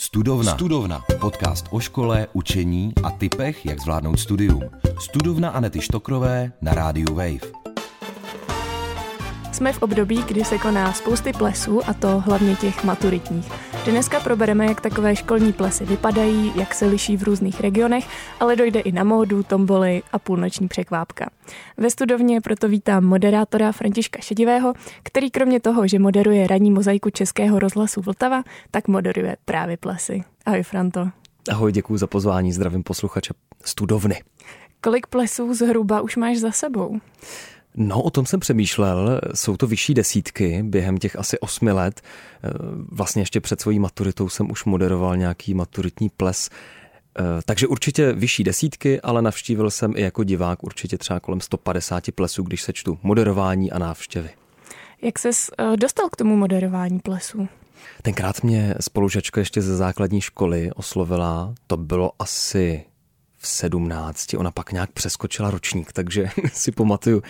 Studovna. Podcast o škole, učení a tipech, jak zvládnout studium. Studovna Anety Štokrové na rádiu Wave. Jsme v období, kdy se koná spousty plesů, a to hlavně těch maturitních. Dneska probereme, jak takové školní plesy vypadají, jak se liší v různých regionech, ale dojde i na módu, tomboly a půlnoční překvápka. Ve studovně proto vítám moderátora Františka Šedivého, který kromě toho, že moderuje ranní mozaiku Českého rozhlasu Vltava, tak moderuje právě plesy. Ahoj, Franto. Ahoj, děkuji za pozvání, zdravím posluchače Studovny. Kolik plesů zhruba už máš za sebou? No, o tom jsem přemýšlel, jsou to vyšší desítky během těch asi 8 let. Vlastně ještě před svojí maturitou jsem už moderoval nějaký maturitní ples, takže určitě vyšší desítky, ale navštívil jsem i jako divák určitě třeba kolem 150 plesů, když sečtu moderování a návštěvy. Jak ses dostal k tomu moderování plesů? Tenkrát mě spolužačka ještě ze základní školy oslovila, to bylo asi v 17, ona pak nějak přeskočila ročník, takže si pamatuju,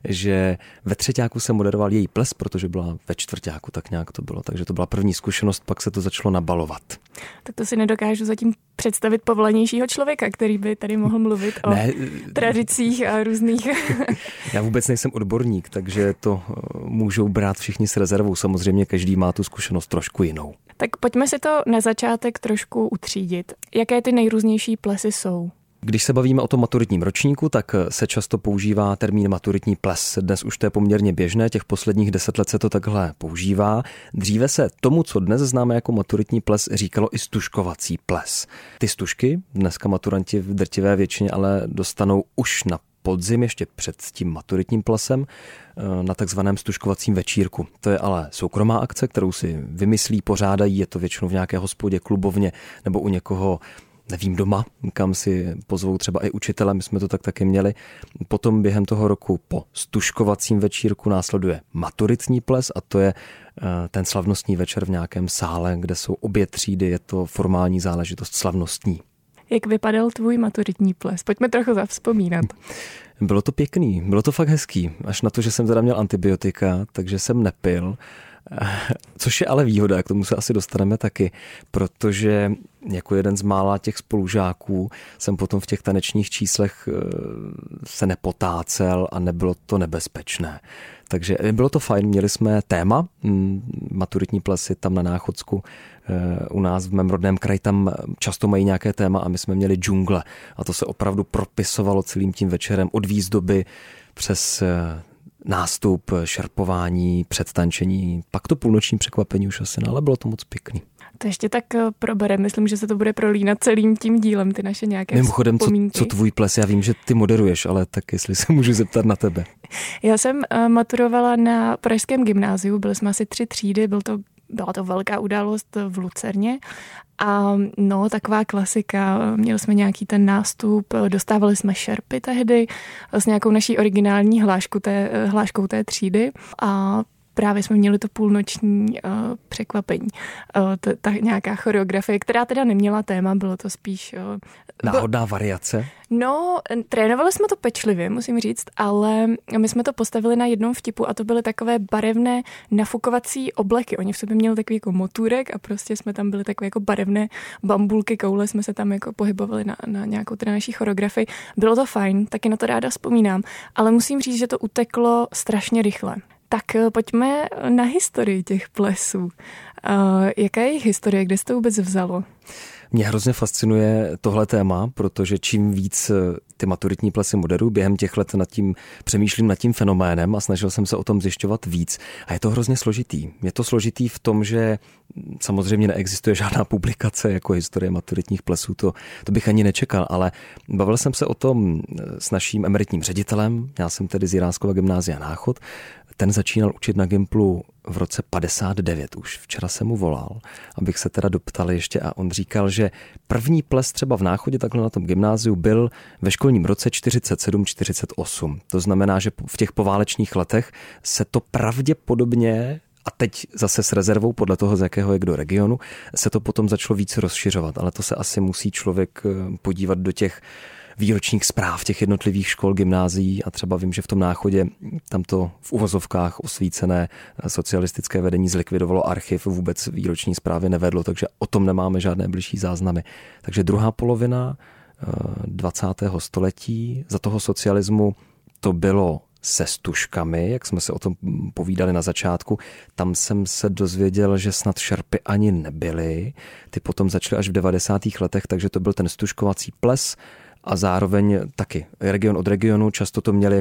že ve třeťáku jsem moderoval její ples, protože byla ve čtvrťáku, tak nějak to bylo, takže to byla první zkušenost, pak se to začalo nabalovat. Tak to si nedokážu zatím představit povolanějšího člověka, který by tady mohl mluvit o tradicích a různých... Já vůbec nejsem odborník, takže to můžou brát všichni s rezervou, samozřejmě každý má tu zkušenost trošku jinou. Tak pojďme si to na začátek trošku utřídit. Jaké ty nejrůznější plesy jsou? Když se bavíme o tom maturitním ročníku, tak se často používá termín maturitní ples. Dnes už to je poměrně běžné, těch posledních 10 let se to takhle používá. Dříve se tomu, co dnes známe jako maturitní ples, říkalo i stužkovací ples. Ty stužky dneska maturanti v drtivé většině ale dostanou už na podzim, ještě před tím maturitním plesem, na takzvaném stužkovacím večírku. To je ale soukromá akce, kterou si vymyslí, pořádají, je to většinou v nějaké hospodě, klubovně nebo u někoho, nevím, doma, kam si pozvou třeba i učitele, my jsme to tak taky měli. Potom během toho roku po stužkovacím večírku následuje maturitní ples a to je ten slavnostní večer v nějakém sále, kde jsou obě třídy, je to formální záležitost slavnostní. Jak vypadal tvůj maturitní ples? Pojďme trochu zavzpomínat. Bylo to pěkný, bylo to fakt hezký, až na to, že jsem teda měl antibiotika, takže jsem nepil. Což je ale výhoda, k tomu se asi dostaneme taky, protože jako jeden z mála těch spolužáků jsem potom v těch tanečních číslech se nepotácel a nebylo to nebezpečné. Takže bylo to fajn, měli jsme téma, maturitní plesy tam na Náchodsku, u nás v mém rodném kraji tam často mají nějaké téma a my jsme měli džungle a to se opravdu propisovalo celým tím večerem od výzdoby přes nástup, šerpování, předtančení, pak to půlnoční překvapení už asi, ale bylo to moc pěkný. To ještě tak proberem, myslím, že se to bude prolínat celým tím dílem, ty naše nějaké mimochodem, co tvůj ples? Já vím, že ty moderuješ, ale tak jestli se můžu zeptat na tebe. Já jsem maturovala na pražském gymnáziu, byli jsme asi 3 třídy, byla to velká událost v Lucerně a no, taková klasika, měli jsme nějaký ten nástup, dostávali jsme šerpy tehdy s nějakou naší originální hláškou té třídy a právě jsme měli to půlnoční překvapení. Ta nějaká choreografie, která teda neměla téma, bylo to spíš... náhodná variace? No, trénovali jsme to pečlivě, musím říct, ale my jsme to postavili na jednom vtipu a to byly takové barevné nafukovací obleky. Oni v sobě měli takový jako motůrek a prostě jsme tam byli takové jako barevné bambulky, koule, jsme se tam jako pohybovali na nějakou teda naší choreografii. Bylo to fajn, taky na to ráda vzpomínám, ale musím říct, že to uteklo strašně rychle. Tak pojďme na historii těch plesů. Jaká je jejich historie, kde se to vůbec vzalo? Mě hrozně fascinuje tohle téma, protože čím víc ty maturitní plesy moderuju, během těch let přemýšlím nad tím fenoménem a snažil jsem se o tom zjišťovat víc. A je to hrozně složitý. Je to složitý v tom, že samozřejmě neexistuje žádná publikace jako historie maturitních plesů, to bych ani nečekal, ale bavil jsem se o tom s naším emeritním ředitelem, já jsem tedy z Jiránskova gymnázia Náchod, ten začínal učit na Gimplu v roce 59 už. Včera jsem mu volal, abych se teda doptal ještě a on říkal, že první ples třeba v Náchodě takhle na tom gymnáziu byl ve školním roce 47-48. To znamená, že v těch poválečných letech se to pravděpodobně, a teď zase s rezervou podle toho, z jakého je kdo regionu, se to potom začalo víc rozšiřovat, ale to se asi musí člověk podívat do těch výročních zpráv těch jednotlivých škol, gymnázií a třeba vím, že v tom Náchodě tam to v uvozovkách osvícené socialistické vedení zlikvidovalo archiv, vůbec výroční zprávy nevedlo, takže o tom nemáme žádné bližší záznamy. Takže druhá polovina 20. století za toho socialismu to bylo se stužkami, jak jsme se o tom povídali na začátku. Tam jsem se dozvěděl, že snad šerpy ani nebyly. Ty potom začaly až v 90. letech, takže to byl ten stužkovací ples a zároveň taky region od regionu. Často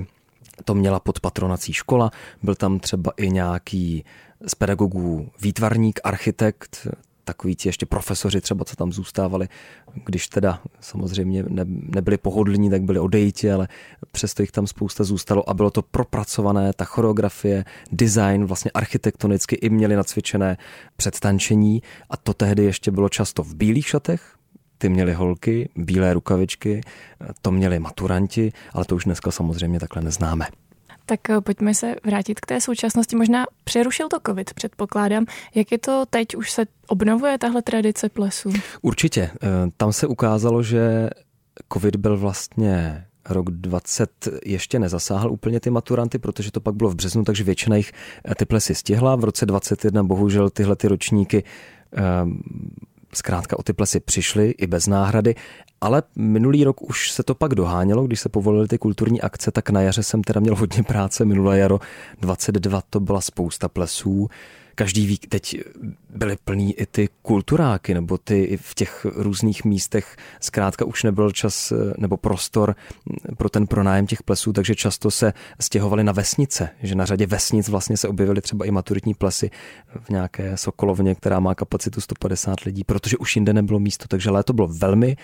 to měla pod patronací škola. Byl tam třeba i nějaký z pedagogů výtvarník, architekt, takoví ti ještě profesoři třeba, co tam zůstávali, když teda samozřejmě nebyli pohodlní, tak byli odejti, ale přesto jich tam spousta zůstalo a bylo to propracované, ta choreografie, design, vlastně architektonicky i měli nacvičené předtančení a to tehdy ještě bylo často v bílých šatech, ty měly holky, bílé rukavičky, to měli maturanti, ale to už dneska samozřejmě takhle neznáme. Tak pojďme se vrátit k té současnosti. Možná přerušil to covid, předpokládám. Jak je to teď? Už se obnovuje tahle tradice plesu? Určitě. Tam se ukázalo, že covid byl vlastně rok 20 ještě nezasáhl úplně ty maturanty, protože to pak bylo v březnu, takže většina jich ty plesy stihla. V roce 21 bohužel tyhle ty ročníky zkrátka o ty plesy přišly i bez náhrady, ale minulý rok už se to pak dohánělo, když se povolily ty kulturní akce, tak na jaře jsem teda měl hodně práce, minulé jaro 22 to byla spousta plesů. Každý vík teď byly plný i ty kulturáky, nebo ty i v těch různých místech zkrátka už nebyl čas nebo prostor pro ten pronájem těch plesů, takže často se stěhovali na vesnice, že na řadě vesnic vlastně se objevily třeba i maturitní plesy v nějaké Sokolovně, která má kapacitu 150 lidí, protože už jinde nebylo místo, takže léto bylo velmi,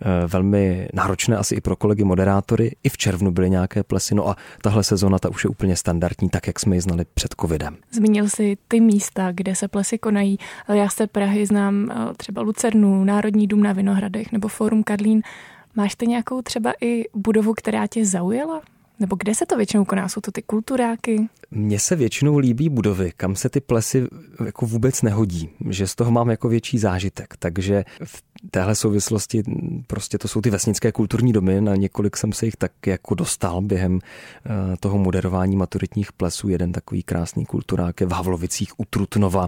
velmi náročné asi i pro kolegy moderátory, i v červnu byly nějaké plesy, no a tahle sezona ta už je úplně standardní, tak jak jsme ji znali před covidem. Zmínil jsi ty místa, kde se plesy konají. Já z té Prahy znám třeba Lucernu, Národní dům na Vinohradech nebo Fórum Karlín. Máš ty nějakou třeba i budovu, která tě zaujala? Nebo kde se to většinou koná? Jsou to ty kulturáky? Mně se většinou líbí budovy, kam se ty plesy jako vůbec nehodí, že z toho mám jako větší zážitek. Takže v téhle souvislosti prostě to jsou ty vesnické kulturní domy, na několik jsem se jich tak jako dostal během toho moderování maturitních plesů. Jeden takový krásný kulturák je v Havlovicích u Trutnova.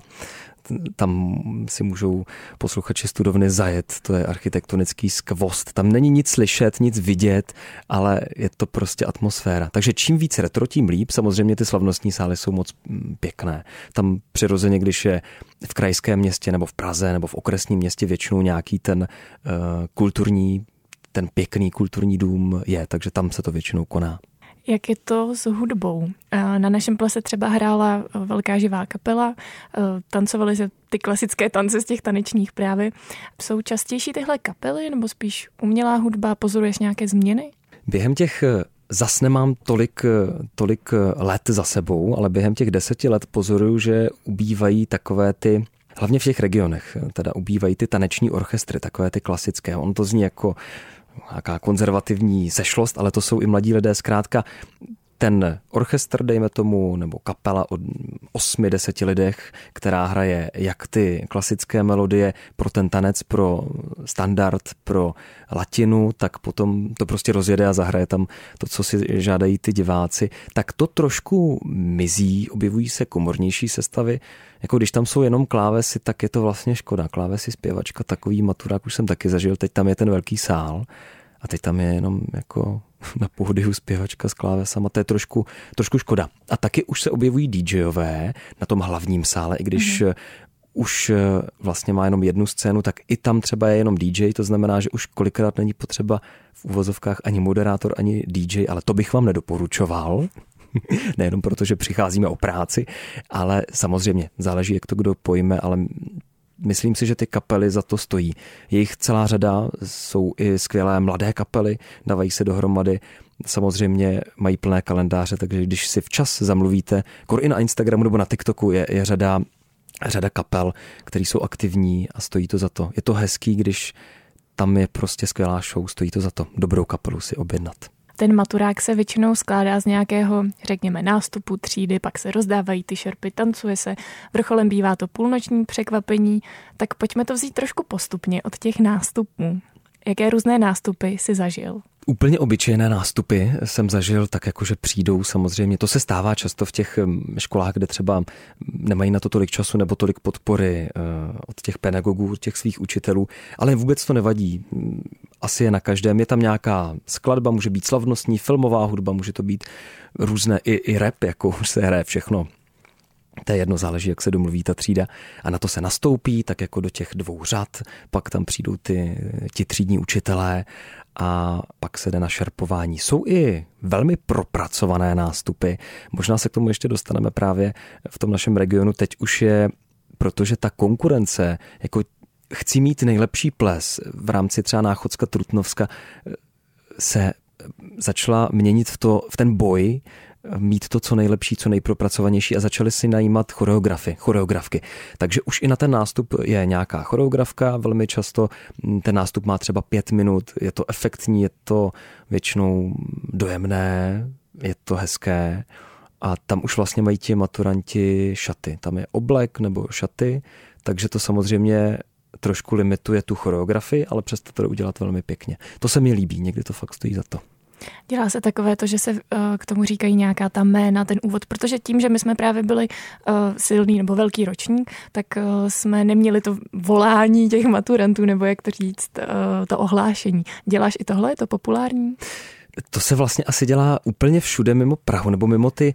Tam si můžou posluchači studovny zajet, to je architektonický skvost. Tam není nic slyšet, nic vidět, ale je to prostě atmosféra. Takže čím víc retro, tím líp. Samozřejmě ty slavnostní sály jsou moc pěkné. Tam přirozeně, když je v krajském městě nebo v Praze nebo v okresním městě většinou nějaký ten kulturní, ten pěkný kulturní dům je, takže tam se to většinou koná. Jak je to s hudbou? Na našem plese třeba hrála velká živá kapela, tancovaly se ty klasické tance z těch tanečních právě. Jsou častější tyhle kapely nebo spíš umělá hudba? Pozoruješ nějaké změny? Během těch zas nemám tolik let za sebou, ale během těch 10 let pozoruju, že ubývají takové ty, hlavně v těch regionech, teda ubývají ty taneční orchestry, takové ty klasické. On to zní jako nějaká konzervativní sešlost, ale to jsou i mladí lidé. Zkrátka ten orchestr, dejme tomu, nebo kapela od 8-10 lidech, která hraje jak ty klasické melodie pro ten tanec, pro standard, pro latinu, tak potom to prostě rozjede a zahraje tam to, co si žádají ty diváci. Tak to trošku mizí, objevují se komornější sestavy. Jako když tam jsou jenom klávesy, tak je to vlastně škoda. Klávesy, zpěvačka, takový maturák už jsem taky zažil. Teď tam je ten velký sál a teď tam je jenom jako na pódiu zpěvačka s klávesama. to je trošku škoda. A taky už se objevují DJové na tom hlavním sále, i když už vlastně má jenom jednu scénu, tak i tam třeba je jenom DJ, to znamená, že už kolikrát není potřeba v uvozovkách ani moderátor, ani DJ, ale to bych vám nedoporučoval. Nejenom proto, že přicházíme o práci, ale samozřejmě záleží, jak to kdo pojme, ale myslím si, že ty kapely za to stojí. Je jich celá řada, jsou i skvělé mladé kapely, dávají se dohromady, samozřejmě mají plné kalendáře, takže když si včas zamluvíte, i na Instagramu nebo na TikToku je řada kapel, které jsou aktivní a stojí to za to. Je to hezký, když tam je prostě skvělá show, stojí to za to dobrou kapelu si objednat. Ten maturák se většinou skládá z nějakého, řekněme, nástupu třídy, pak se rozdávají ty šerpy, tancuje se, vrcholem bývá to půlnoční překvapení, tak pojďme to vzít trošku postupně od těch nástupů. Jaké různé nástupy si zažil? Úplně obyčejné nástupy jsem zažil tak jako, že přijdou samozřejmě. To se stává často v těch školách, kde třeba nemají na to tolik času nebo tolik podpory od těch pedagogů, od těch svých učitelů, ale vůbec to nevadí. Asi je na každém. Je tam nějaká skladba, může být slavnostní, filmová hudba, může to být různé i rap, jako už se hraje všechno. To je jedno, záleží, jak se domluví ta třída. A na to se nastoupí, tak jako do těch 2 řad, pak tam přijdou ti třídní učitelé a pak se jde na šerpování. Jsou i velmi propracované nástupy. Možná se k tomu ještě dostaneme právě v tom našem regionu. Teď už je, protože ta konkurence, jako chci mít nejlepší ples v rámci třeba Náchodska, Trutnovska, se začala měnit v ten boj, mít to co nejlepší, co nejpropracovanější a začali si najímat choreografky. Takže už i na ten nástup je nějaká choreografka, velmi často ten nástup má třeba 5 minut, je to efektní, je to většinou dojemné, je to hezké a tam už vlastně mají ti maturanti šaty. Tam je oblek nebo šaty, takže to samozřejmě trošku limituje tu choreografii, ale přesto to udělat velmi pěkně. To se mi líbí, někdy to fakt stojí za to. Dělá se takové to, že se k tomu říkají nějaká ta jména, ten úvod, protože tím, že my jsme právě byli silný nebo velký ročník, tak jsme neměli to volání těch maturantů, nebo jak to říct, to ohlášení. Děláš i tohle? Je to populární? To se vlastně asi dělá úplně všude mimo Prahu, nebo mimo ty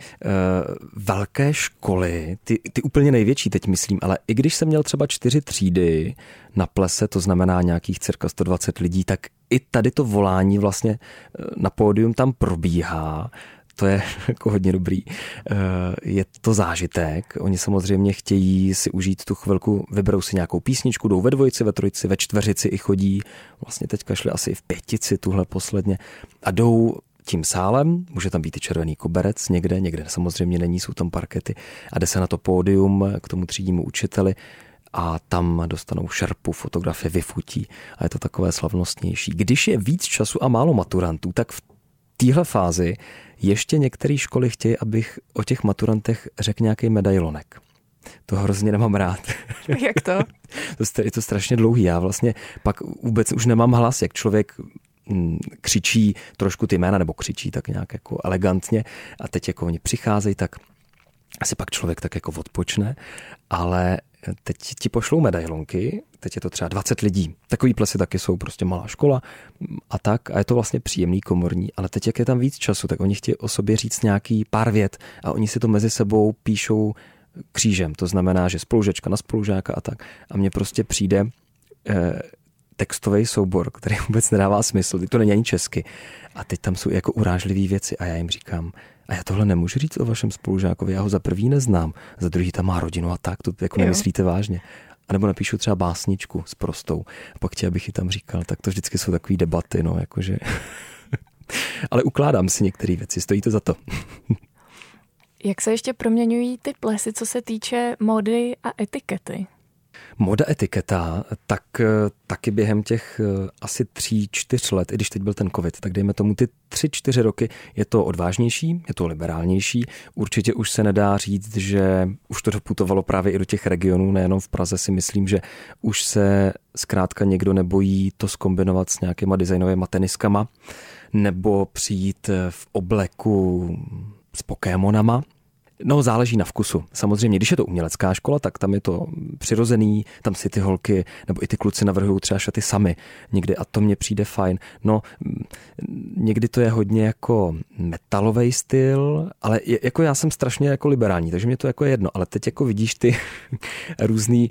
velké školy, ty úplně největší teď myslím, ale i když jsem měl třeba 4 třídy na plese, to znamená nějakých cirka 120 lidí, tak i tady to volání vlastně na pódium tam probíhá. To je jako hodně dobrý. Je to zážitek. Oni samozřejmě chtějí si užít tu chvilku, vyberou si nějakou písničku, jdou ve 2, ve 3, ve 4 i chodí. Vlastně teďka šli asi i v 5 tuhle posledně. A jdou tím sálem, může tam být i červený koberec někde samozřejmě není, jsou tam parkety a jde se na to pódium k tomu třídnímu učiteli a tam dostanou šerpu, fotografie, vyfutí a je to takové slavnostnější. Když je víc času a málo maturantů, tak v téhle fázi ještě některé školy chtějí, abych o těch maturantech řekl nějaký medailonek. To hrozně nemám rád. Jak to? Je to strašně dlouhý. Já vlastně pak vůbec už nemám hlas, jak člověk křičí trošku ty jména, nebo křičí tak nějak jako elegantně a teď jako oni přicházejí, tak asi pak člověk tak jako odpočne, ale teď ti pošlou medailonky, teď je to třeba 20 lidí. Takový plesy taky jsou prostě malá škola a tak a je to vlastně příjemný komorní, ale teď jak je tam víc času, tak oni chtějí o sobě říct nějaký pár vět a oni si to mezi sebou píšou křížem, to znamená, že spolužačka na spolužáka a tak a mně prostě přijde textový soubor, který vůbec nedává smysl, to není ani česky a teď tam jsou jako urážlivé věci a já jim říkám, a já tohle nemůžu říct o vašem spolužákovi, já ho za prvý neznám, za druhý tam má rodinu a tak, to jako nemyslíte vážně. A nebo napíšu třeba básničku s prostou a pak chtěl, abych ji tam říkal, tak to vždycky jsou takové debaty, no, jakože. Ale ukládám si některé věci, stojí to za to. Jak se ještě proměňují ty plesy, co se týče módy a etikety? Moda, etiketa, tak taky během těch asi 3-4 let, i když teď byl ten covid, tak dejme tomu ty 3-4 roky, je to odvážnější, je to liberálnější. Určitě už se nedá říct, že už to doputovalo právě i do těch regionů, nejenom v Praze si myslím, že už se zkrátka někdo nebojí to zkombinovat s nějakýma designovými teniskama, nebo přijít v obleku s Pokémonama. No, záleží na vkusu. Samozřejmě, když je to umělecká škola, tak tam je to přirozený, tam si ty holky nebo i ty kluci navrhují třeba šaty sami někdy a to mně přijde fajn. No, někdy to je hodně jako metalový styl, ale jako já jsem strašně jako liberální, takže mě to jako je jedno, ale teď jako vidíš ty různý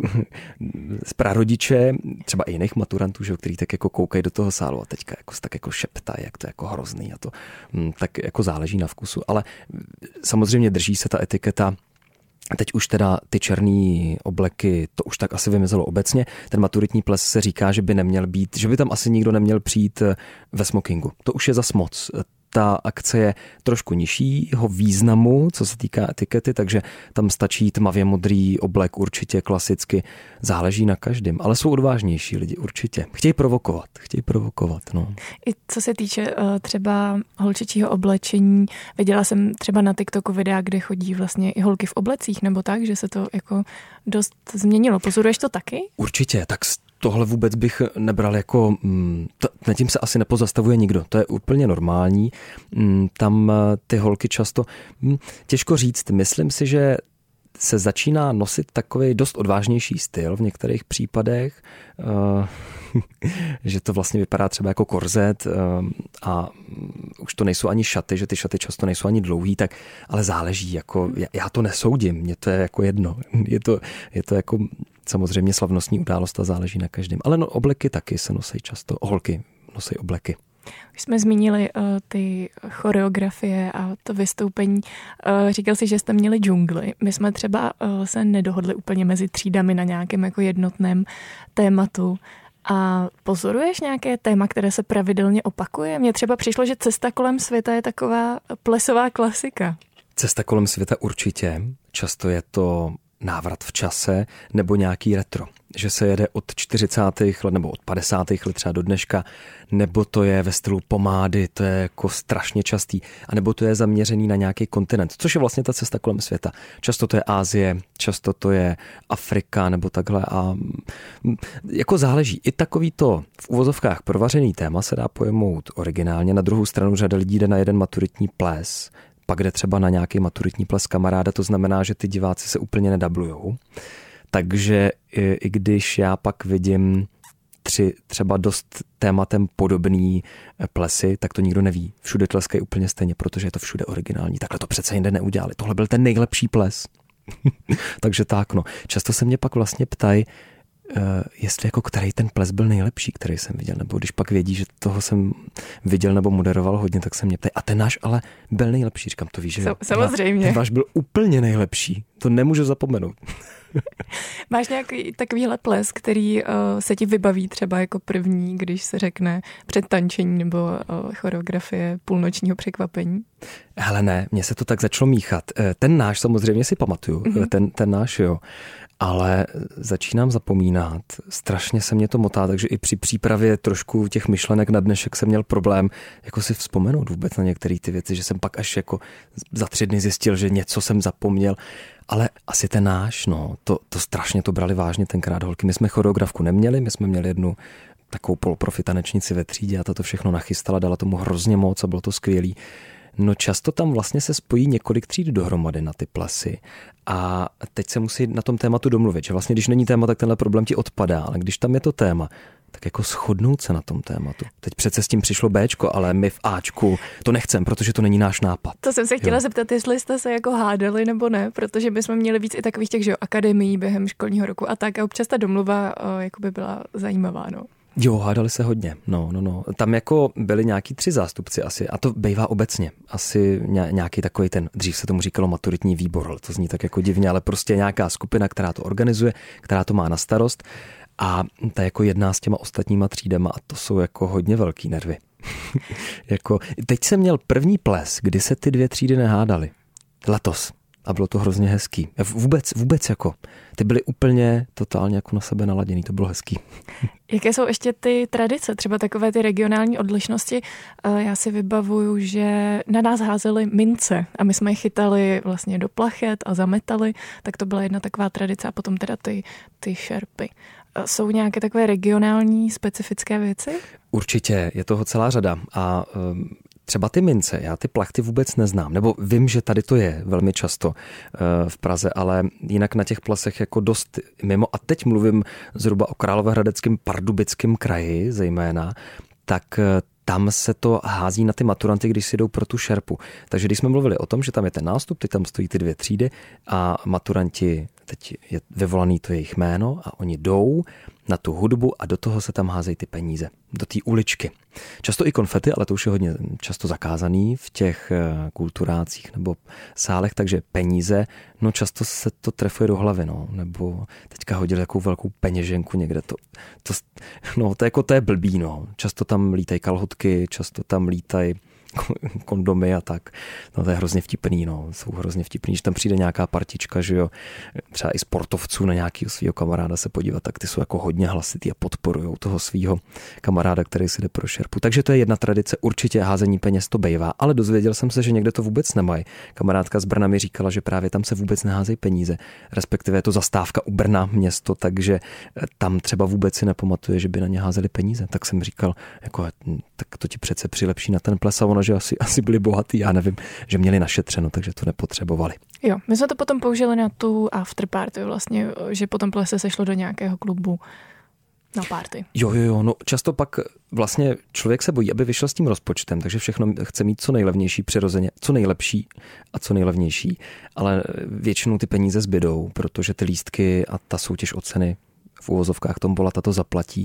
prarodiče, třeba i jiných maturantů, že, který tak jako koukají do toho sálu a teďka jako, tak jako šeptají, jak to je jako hrozný a to tak jako záleží na vkusu, ale samozřejmě drží se ta etiketa. Teď už teda ty černý obleky, to už tak asi vymizelo obecně. Ten maturitní ples se říká, že by neměl být, že by tam asi nikdo neměl přijít ve smokingu. To už je zas moc. Ta akce je trošku nižšího významu, co se týká etikety, takže tam stačí tmavě modrý oblek, určitě klasicky, záleží na každém, ale jsou odvážnější lidi, určitě. Chtějí provokovat, no. I co se týče třeba holčičího oblečení, viděla jsem třeba na TikToku videa, kde chodí vlastně i holky v oblecích, nebo tak, že se to jako dost změnilo. Pozoruješ to taky? Určitě, tak tohle vůbec bych nebral jako, nad tím se asi nepozastavuje nikdo, to je úplně normální. Tam ty holky často, těžko říct, myslím si, že se začíná nosit takový dost odvážnější styl v některých případech, že to vlastně vypadá třeba jako korzet a už to nejsou ani šaty, že ty šaty často nejsou ani dlouhý, tak ale záleží, jako já to nesoudím, mně to je jako jedno. Je to jako samozřejmě slavnostní událost a záleží na každém. Ale no, obleky taky se nosí často, holky nosí obleky. Už jsme zmínili ty choreografie a to vystoupení. Říkal jsi, že jste měli džungli. My jsme třeba se nedohodli úplně mezi třídami na nějakém jako jednotném tématu. A pozoruješ nějaké téma, které se pravidelně opakuje? Mně třeba přišlo, že Cesta kolem světa je taková plesová klasika. Cesta kolem světa určitě. Často je to návrat v čase nebo nějaký retro. Že se jede od 40. let nebo od 50. let třeba do dneška, nebo to je ve stylu pomády, to je jako strašně častý, a nebo to je zaměřený na nějaký kontinent, což je vlastně ta cesta kolem světa. Často to je Asie, často to je Afrika nebo takhle a jako záleží. I takový to v uvozovkách provařený téma se dá pojmout originálně. Na druhou stranu řada lidí jde na jeden maturitní ples, pak jde třeba na nějaký maturitní ples kamaráda, to znamená, že ty diváci se úplně nedablujou. Takže i když já pak vidím 3 třeba dost tématem podobný plesy, tak to nikdo neví. Všude tleskají úplně stejně, protože je to všude originální. Takhle to přece jinde neudělali. Tohle byl ten nejlepší ples. Takže tak, no. Často se mě pak vlastně ptají, jestli jako který ten ples byl nejlepší, který jsem viděl, nebo když pak vědí, že toho jsem viděl nebo moderoval hodně, tak se mě ptají, a ten náš ale byl nejlepší. Říkám, to víš, že samozřejmě. Ten váš byl úplně nejlepší. To nemůžu zapomenout. Máš nějaký takovýhle ples, který se ti vybaví třeba jako první, když se řekne předtančení nebo choreografie půlnočního překvapení? Hele ne, mně se to tak začalo míchat. Ten náš samozřejmě si pamatuju, ten náš jo, ale začínám zapomínat, strašně se mě to motá, takže i při přípravě trošku těch myšlenek na dnešek jsem měl problém jako si vzpomenout vůbec na některé ty věci, že jsem pak až jako za 3 dny zjistil, že něco jsem zapomněl. Ale asi ten náš, no, to strašně to brali vážně tenkrát holky. My jsme choreografku neměli, my jsme měli jednu takovou poloprofi tanečnici ve třídě a to všechno nachystala, dala tomu hrozně moc a bylo to skvělý. No často tam vlastně se spojí několik tříd dohromady na ty plesy a teď se musí na tom tématu domluvit, že vlastně když není téma, tak tenhle problém ti odpadá, ale když tam je to téma, tak jako shodnout se na tom tématu. Teď přece s tím přišlo Bčko, ale my v Ačku to nechcem, protože to není náš nápad. To jsem se chtěla zeptat, jestli jste se jako hádali nebo ne, protože bychom měli víc i takových těch, že jo, akademií během školního roku a tak a občas ta domluva jako by byla zajímavá, no. Jo, hádali se hodně, no. Tam jako byli nějaký 3 zástupci asi a to bývá obecně. Asi nějaký takový ten, dřív se tomu říkalo maturitní výbor, ale to zní tak jako divně, ale prostě nějaká skupina, která to organizuje, která to má na starost a ta jako jedná s těma ostatníma třídama a to jsou jako hodně velký nervy. Jako, teď jsem měl první ples, kdy se ty 2 třídy nehádaly. Letos. A bylo to hrozně hezký. Vůbec jako. Ty byly úplně totálně jako na sebe naladěný, to bylo hezký. Jaké jsou ještě ty tradice, třeba takové ty regionální odlišnosti? Já si vybavuju, že na nás házeli mince a my jsme je chytali vlastně do plachet a zametali, tak to byla jedna taková tradice a potom teda ty šerpy. Jsou nějaké takové regionální specifické věci? Určitě, je toho celá řada a třeba ty mince, já ty plachty vůbec neznám, nebo vím, že tady to je velmi často v Praze, ale jinak na těch plesech jako dost mimo, a teď mluvím zhruba o Královéhradeckém Pardubickém kraji zejména, tak tam se to hází na ty maturanty, když si jdou pro tu šerpu. Takže když jsme mluvili o tom, že tam je ten nástup, teď tam stojí ty 2 třídy a maturanti, teď je vyvolaný to jejich jméno a oni jdou na tu hudbu a do toho se tam házejí ty peníze, do té uličky. Často i konfety, ale to už je hodně často zakázaný v těch kulturácích nebo sálech, takže peníze, no často se to trefuje do hlavy, no, nebo teďka hodili takovou velkou peněženku někde, to je blbý, no. Často tam lítají kalhotky, často tam lítají kondomy a tak. No to je hrozně vtipný, no. Jsou hrozně vtipný, že tam přijde nějaká partička, že jo, třeba i sportovců na nějakého svého kamaráda se podívat, tak ty jsou jako hodně hlasitý a podporujou toho svého kamaráda, který si jde pro šerpu. Takže to je jedna tradice, určitě házení peněz to bejvá, ale dozvěděl jsem se, že někde to vůbec nemají. Kamarádka z Brna mi říkala, že právě tam se vůbec neházejí peníze, respektive je to zastávka u Brna město, takže tam třeba vůbec si nepamatuje, že by na ně házeli peníze. Tak jsem říkal, jako, tak to ti přece přilepší na ten ples a ono, že asi byli bohatý, já nevím, že měli našetřeno, takže to nepotřebovali. Jo, my jsme to potom použili na tu afterparty vlastně, že potom plese se šlo do nějakého klubu na party. Jo, no často pak vlastně člověk se bojí, aby vyšel s tím rozpočtem, takže všechno chce mít co nejlevnější přirozeně, co nejlepší a co nejlevnější, ale většinou ty peníze zbydou, protože ty lístky a ta soutěž o ceny v uvozovkách tombola to zaplatí,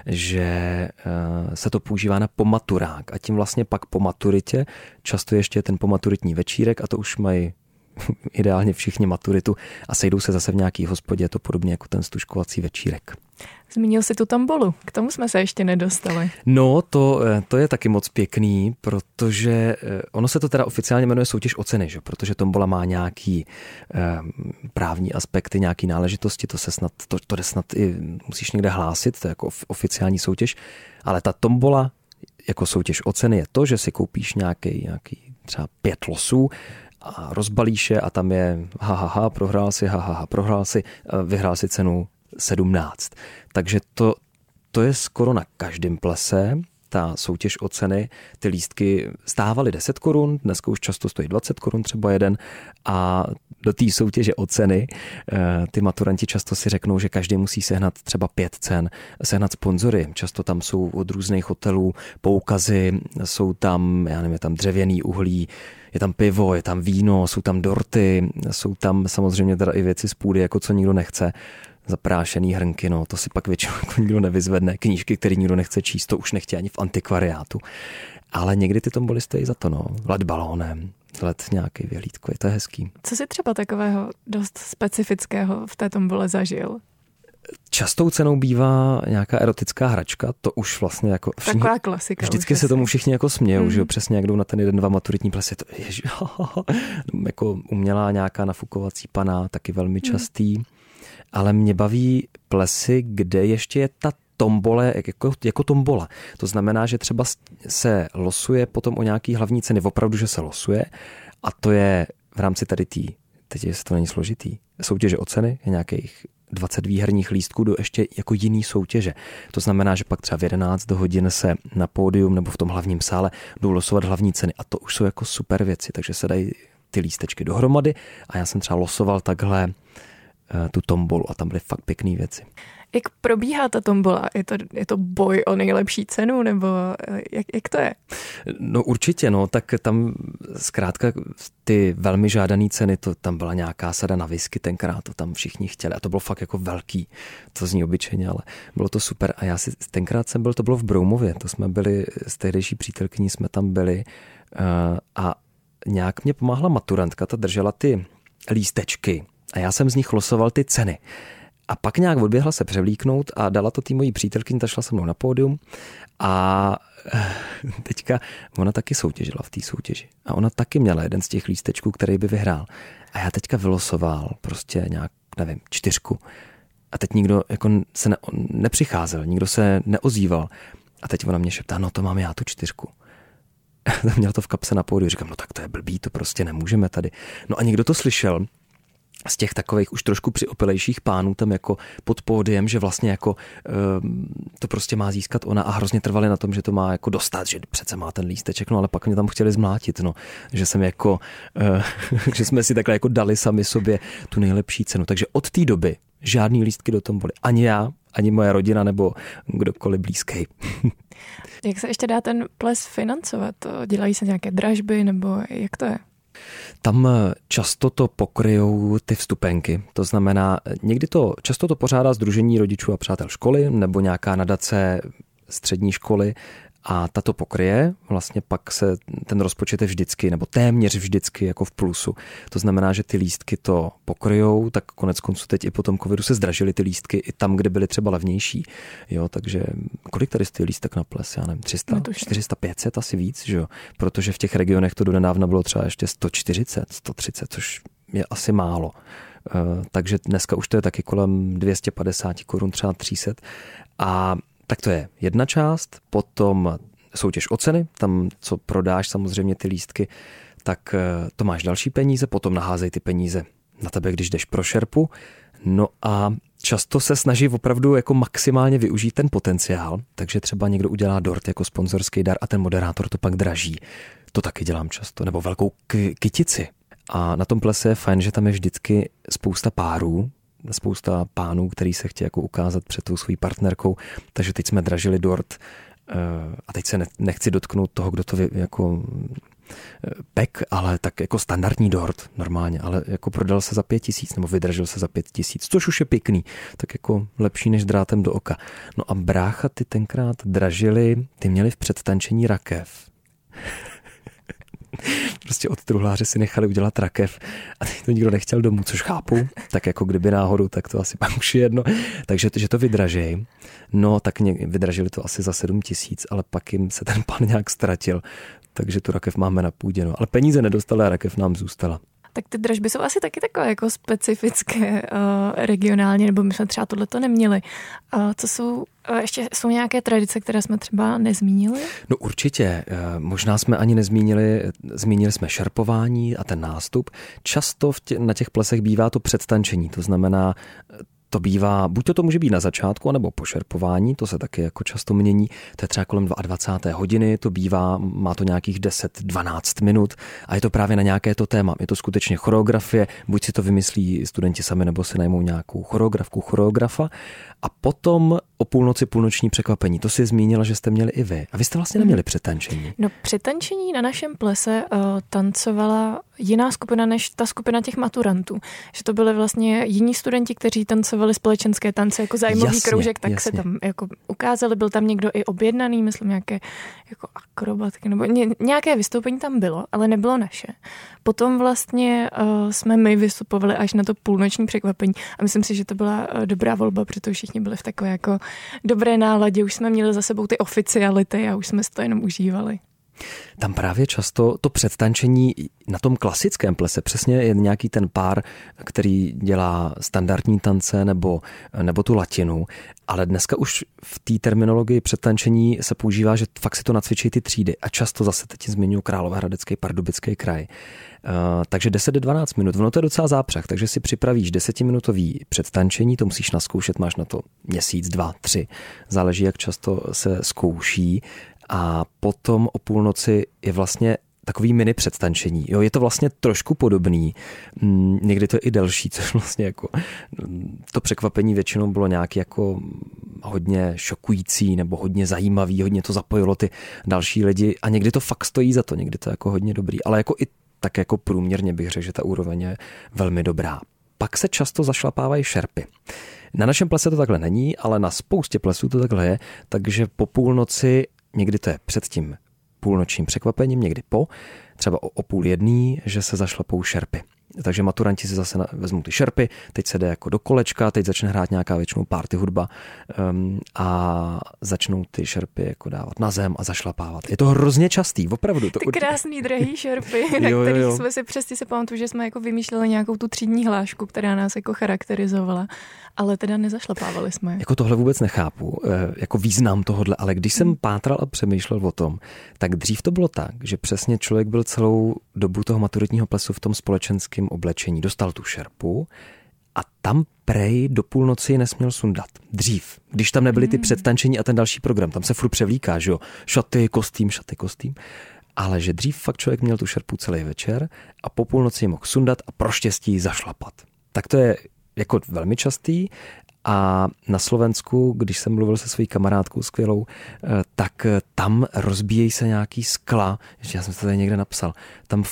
že se to používá na pomaturák a tím vlastně pak po maturitě, často ještě ten pomaturitní večírek a to už mají ideálně všichni maturitu a sejdou se zase v nějaký hospodě, je to podobně jako ten stužkovací večírek. Zmínil jsi tu tombolu, k tomu jsme se ještě nedostali. No, to je taky moc pěkný, protože ono se to teda oficiálně jmenuje soutěž o ceny, že? Protože tombola má nějaký právní aspekty, nějaký náležitosti, to jde snad i musíš někde hlásit, to je jako oficiální soutěž, ale ta tombola jako soutěž o ceny je to, že si koupíš nějaký třeba 5 losů a rozbalíš je a tam je prohrál si, vyhrál si cenu 17. Takže to je skoro na každém plese, ta soutěž o ceny. Ty lístky stávaly 10 korun, dneska už často stojí 20 korun třeba jeden a do té soutěže o ceny ty maturanti často si řeknou, že každý musí sehnat třeba 5 cen, sehnat sponzory. Často tam jsou od různých hotelů poukazy, jsou tam, já nevím, je tam dřevěný uhlí, je tam pivo, je tam víno, jsou tam dorty, jsou tam samozřejmě teda i věci z půdy, jako co nikdo nechce. Zaprášený hrnky, no, to si pak většinou jako nikdo nevyzvedne. Knížky, které nikdo nechce číst, to už nechtějí ani v antikvariátu. Ale někdy ty tomboly stojí za to, no. Let balónem, let nějaký vělítko, je to hezký. Co jsi třeba takového dost specifického v té tombole zažil? Častou cenou bývá nějaká erotická hračka, to už vlastně jako... Taková klasika. Vždycky se tomu všichni jako smějou, že jo, přesně jak jdou na ten 1-2 maturitní plesy, to je jako umělá nějaká nafukovací pana, taky velmi častý. Ale mě baví plesy, kde ještě je ta tombole jako tombola. To znamená, že třeba se losuje potom o nějaký hlavní ceny, opravdu, že se losuje a to je v rámci tady teď jestli to není složitý, soutěže o ceny, je nějakých 20 výherních lístků do ještě jako jiný soutěže. To znamená, že pak třeba v 11 hodin se na pódium nebo v tom hlavním sále jdou losovat hlavní ceny a to už jsou jako super věci, takže se dají ty lístečky dohromady a já jsem třeba losoval takhle tu tombolu a tam byly fakt pěkný věci. Jak probíhá ta tombola? Je to boj o nejlepší cenu, nebo jak to je? No určitě, no, tak tam zkrátka ty velmi žádané ceny, to tam byla nějaká sada na whisky tenkrát, to tam všichni chtěli a to bylo fakt jako velký, to zní obyčejně, ale bylo to super a já si tenkrát to bylo v Broumově, to jsme byli, s tehdejší přítelkyní jsme tam byli a nějak mě pomáhla maturantka, ta držela ty lístečky a já jsem z nich losoval ty ceny. A pak nějak odběhla se převlíknout a dala to té mojí přítelkyni, ta šla se mnou na pódium a teďka ona taky soutěžila v té soutěži. A ona taky měla jeden z těch lístečků, který by vyhrál. A já teďka vylosoval prostě nějak, nevím, 4. A teď nikdo jako se nepřicházel, nikdo se neozýval. A teď ona mě šeptá, no to mám já tu 4. Měla to v kapse na pódiu. Říkám, no tak to je blbý, to prostě nemůžeme tady. No a někdo to slyšel z těch takových už trošku přiopilejších pánů tam jako pod pódiem, že vlastně jako to prostě má získat ona a hrozně trvali na tom, že to má jako dostat, že přece má ten lísteček, no ale pak mě tam chtěli zmlátit, no, že jsem jako, že jsme si takhle jako dali sami sobě tu nejlepší cenu, takže od té doby žádný lístky do tomboly, ani já, ani moje rodina nebo kdokoliv blízký. Jak se ještě dá ten ples financovat? Dělají se nějaké dražby nebo jak to je? Tam často to pokryjou ty vstupenky, to znamená, často to pořádá Sdružení rodičů a přátel školy nebo nějaká nadace střední školy A tato pokryje, vlastně pak se ten rozpočet je vždycky, nebo téměř vždycky jako v plusu. To znamená, že ty lístky to pokryjou, tak konec konců teď i po tom covidu se zdražily ty lístky i tam, kde byly třeba levnější. Jo, takže kolik tady stojí lístek na ples? Já nevím, 300, 400, 500 asi víc, že jo? Protože v těch regionech to donedávna bylo třeba ještě 140, 130, což je asi málo. Takže dneska už to je taky kolem 250 korun, třeba 300. A tak to je jedna část, potom soutěž o ceny, tam co prodáš samozřejmě ty lístky, tak to máš další peníze, potom naházej ty peníze na tebe, když jdeš pro šerpu. No a často se snaží opravdu jako maximálně využít ten potenciál, takže třeba někdo udělá dort jako sponzorský dar a ten moderátor to pak draží. To taky dělám často, nebo velkou kytici. A na tom plese je fajn, že tam je vždycky spousta párů, spousta pánů, který se chtějí jako ukázat před tou svojí partnerkou, takže teď jsme dražili dort a teď se nechci dotknout toho, kdo to jako pek, ale tak jako standardní dort normálně, ale jako prodal se za 5 000 nebo vydražil se za 5 000, což už je pěkný, tak jako lepší než drátem do oka. No a brácha ty tenkrát dražili, ty měli v předtančení rakev. Prostě od truhláře si nechali udělat rakev a teď to nikdo nechtěl domů, což chápu, tak jako kdyby náhodou, tak to asi pak už je jedno. Takže že to vydražej, no tak vydražili to asi za 7 000, ale pak jim se ten pan nějak ztratil, takže tu rakev máme na půdě, no. Ale peníze nedostali a rakev nám zůstala. Tak ty dražby jsou asi taky takové jako specifické regionálně, nebo my jsme třeba tohleto neměli. Co jsou, ještě jsou nějaké tradice, které jsme třeba nezmínili? No určitě, možná jsme ani zmínili jsme šerpování a ten nástup. Často na těch plesech bývá to předtančení, to znamená, to bývá, buď to může být na začátku, nebo po šerpování, to se taky jako často mění, to je třeba kolem 22. hodiny, to bývá, má to nějakých 10-12 minut a je to právě na nějaké to téma. Je to skutečně choreografie, buď si to vymyslí studenti sami, nebo si najmou nějakou choreografa a potom o půlnoci půlnoční překvapení. To si zmínila, že jste měli i vy. A vy jste vlastně neměli předtančení. No předtančení na našem plese tancovala jiná skupina než ta skupina těch maturantů. Že to byly vlastně jiní studenti, kteří tancovali společenské tance jako zájmový kroužek, tak jasně. Se tam jako ukázali. Byl tam někdo i objednaný, myslím nějaké jako akrobatky, nebo nějaké vystoupení tam bylo, ale nebylo naše. Potom vlastně jsme my vystupovali až na to půlnoční překvapení a myslím si, že to byla dobrá volba, protože všichni byli v takové jako dobré náladě, už jsme měli za sebou ty oficiality a už jsme si to jenom užívali. Tam právě často to předtančení na tom klasickém plese přesně je nějaký ten pár, který dělá standardní tance nebo tu latinu, ale dneska už v té terminologii předtančení se používá, že fakt si to nacvičí ty třídy a často zase teď zmiňuji Královéhradecký, Pardubický kraj. Takže 10-12 minut, ono to je docela zápřah, takže si připravíš 10-minutový předtančení, to musíš naskoušet, máš na to měsíc, 2, 3, záleží, jak často se zkouší. A potom o půlnoci je vlastně takový mini předtančení. Jo, je to vlastně trošku podobný, někdy to je i delší, což vlastně jako to překvapení většinou bylo nějak jako hodně šokující nebo hodně zajímavý, hodně to zapojilo ty další lidi a někdy to fakt stojí za to, někdy to je jako hodně dobrý, ale jako i tak jako průměrně bych řekl, že ta úroveň je velmi dobrá. Pak se často zašlapávají šerpy. Na našem plese to takhle není, ale na spoustě plesů to takhle je, takže po půlnoci někdy to je před tím půlnočním překvapením, někdy po, třeba o 12:30, že se zašlapou šerpy. Takže maturanti si zase vezmou ty šerpy, teď se jde jako do kolečka, teď začne hrát nějaká většinou party hudba a začnou ty šerpy jako dávat na zem a zašlapávat. Je to hrozně častý, opravdu. Ty krásný drahý šerpy, na kterých jsme si přesně se pamatuju, že jsme jako vymýšleli nějakou tu třídní hlášku, která nás jako charakterizovala, ale teda nezašlapávali jsme. Jako tohle vůbec nechápu, jako význam tohodle, ale když jsem pátral a přemýšlel o tom, tak dřív to bylo tak, že přesně člověk byl celou dobu toho maturitního plesu v tom společenském oblečení, dostal tu šerpu a tam prej do půlnoci nesměl sundat. Dřív, když tam nebyly ty předtančení a ten další program, tam se furt převlíká, že jo, šaty, kostým. Ale že dřív fakt člověk měl tu šerpu celý večer a po půlnoci mohl sundat a pro štěstí zašlapat. Tak to je jako velmi častý a na Slovensku, když jsem mluvil se svojí kamarádkou skvělou, tak tam rozbíjejí se nějaký skla, já jsem to tady někde napsal,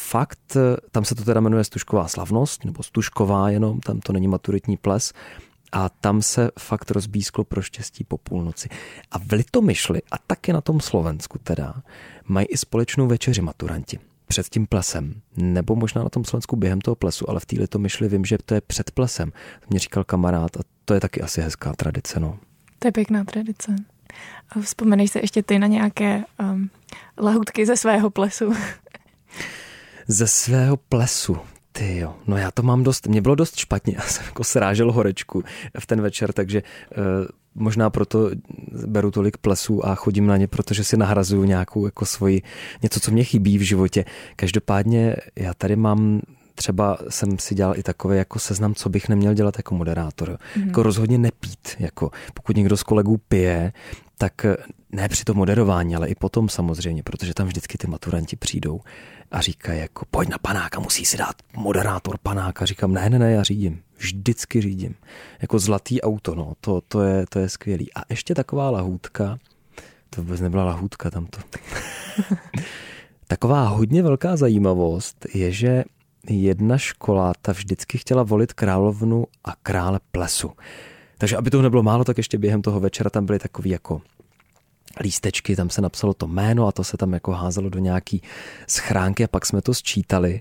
tam se to teda jmenuje stužková slavnost, nebo stužková jenom, tam to není maturitní ples A tam se fakt rozbísklo pro štěstí po půlnoci. A v Litomyšli, a taky na tom Slovensku teda, mají i společnou večeři maturanti. Před tím plesem. Nebo možná na tom Slovensku během toho plesu, ale v té Litomyšli vím, že to je před plesem. To mě říkal kamarád a to je taky asi hezká tradice, no. To je pěkná tradice. A vzpomeneš se ještě ty na nějaké lahůdky ze svého plesu? Ze svého plesu? Tyjo, no já to mám dost, mě bylo dost špatně, já jsem jako srážel horečku v ten večer, takže možná proto beru tolik plesů a chodím na ně, protože si nahrazuju nějakou jako svoji, něco, co mě chybí v životě. Každopádně já tady mám, třeba jsem si dělal i takový jako seznam, co bych neměl dělat jako moderátor. Jako rozhodně nepít, jako pokud někdo z kolegů pije, tak ne při tom moderování, ale i potom samozřejmě, protože tam vždycky ty maturanti přijdou a říkají jako pojď na panáka, musí si dát moderátor panáka. Říkám ne, já řídím, vždycky řídím. Jako zlatý auto, no, to je skvělý. A ještě taková lahůdka, to vůbec nebyla lahůdka tamto. Taková hodně velká zajímavost je, že jedna škola ta vždycky chtěla volit královnu a krále plesu. Takže aby toho nebylo málo, tak ještě během toho večera tam byly takový jako lístečky, tam se napsalo to jméno a to se tam jako házelo do nějaký schránky a pak jsme to sčítali.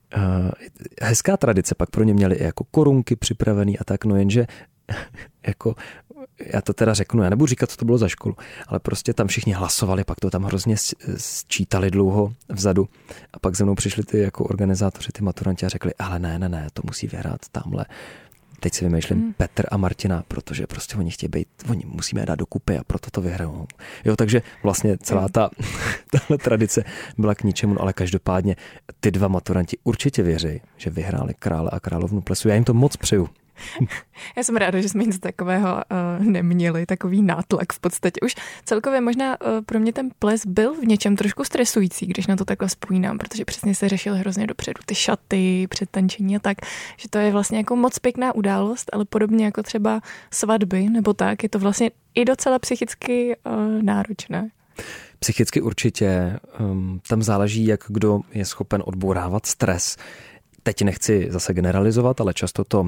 Hezká tradice, pak pro ně měli i jako korunky připravený a tak, no jenže jako já to teda řeknu, já nebudu říkat, co to bylo za školu, ale prostě tam všichni hlasovali, pak to tam hrozně sčítali dlouho vzadu a pak ze mnou přišli ty jako organizátoři, ty maturanti a řekli, ale ne, to musí vyhrát tamhle. Teď si vymýšlím Petr a Martina, protože prostě oni chtějí být, oni musíme je dát do kupy a proto to vyhrajou. Jo, takže vlastně celá tahle tradice byla k ničemu, ale každopádně ty dva maturanti určitě věří, že vyhráli krále a královnu plesu. Já jim to moc přeju. Já jsem ráda, že jsme nic takového neměli, takový nátlak v podstatě. Už celkově možná pro mě ten ples byl v něčem trošku stresující, když na to takhle vzpomínám, protože přesně se řešil hrozně dopředu ty šaty, předtančení a tak, že to je vlastně jako moc pěkná událost, ale podobně jako třeba svatby nebo tak, je to vlastně i docela psychicky náročné. Psychicky určitě. Tam záleží, jak kdo je schopen odbourávat stres. Teď nechci zase generalizovat, ale často to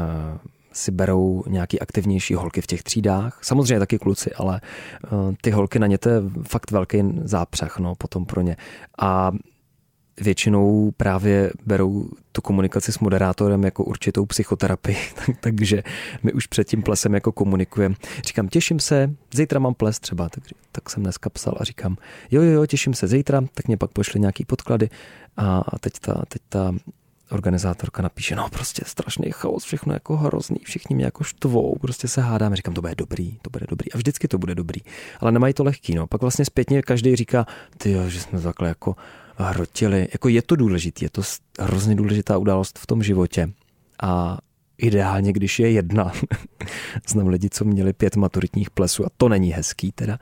si berou nějaký aktivnější holky v těch třídách. Samozřejmě taky kluci, ale ty holky na ně to je fakt velký zápřah, no, potom pro ně. A většinou právě berou tu komunikaci s moderátorem jako určitou psychoterapii, takže my už před tím plesem jako komunikujeme. Říkám, těším se, zítra mám ples třeba, tak jsem dneska psal a říkám, jo, těším se zítra, tak mě pak pošli nějaký podklady a teď ta organizátorka napíše, no prostě strašný chaos, všechno jako hrozný, všichni mě jako štvou, prostě se hádáme, říkám, to bude dobrý a vždycky to bude dobrý, ale nemají to lehký, no, pak vlastně zpětně každý říká, tyjo, že jsme takhle jako hrotili, jako je to důležitý, je to hrozně důležitá událost v tom životě a ideálně, když je jedna, znám lidi, co měli 5 maturitních plesů a to není hezký teda,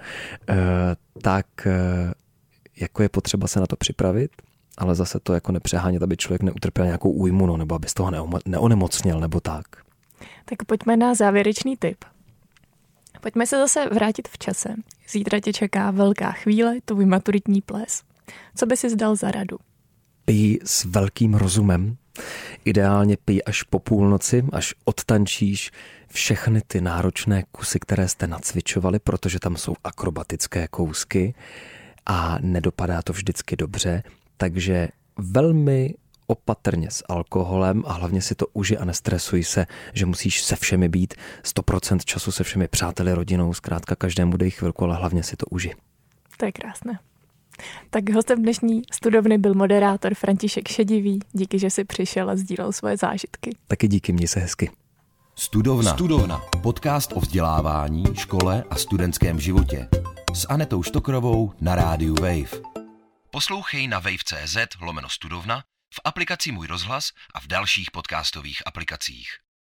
tak jako je potřeba se na to připravit, ale zase to jako nepřehánět, aby člověk neutrpěl nějakou újmu, no, nebo aby z toho neonemocněl, nebo tak. Tak pojďme na závěrečný tip. Pojďme se zase vrátit v čase. Zítra tě čeká velká chvíle, tvůj maturitní ples. Co by si dal za radu? Pij s velkým rozumem. Ideálně pij až po půlnoci, až odtančíš všechny ty náročné kusy, které jste nacvičovali, protože tam jsou akrobatické kousky a nedopadá to vždycky dobře. Takže velmi opatrně s alkoholem a hlavně si to uži a nestresuj se, že musíš se všemi být 100% času se všemi přáteli, rodinou, zkrátka každému dej chvilku, ale hlavně si to uži. To je krásné. Tak hostem dnešní studovny byl moderátor František Šedivý. Díky, že jsi přišel a sdílel svoje zážitky. Taky díky, měj se hezky. Studovna. Podcast o vzdělávání, škole a studentském životě. S Anetou Štokrovou na rádiu Wave. Poslouchej na wave.cz/studovna, v aplikaci Můj rozhlas a v dalších podcastových aplikacích.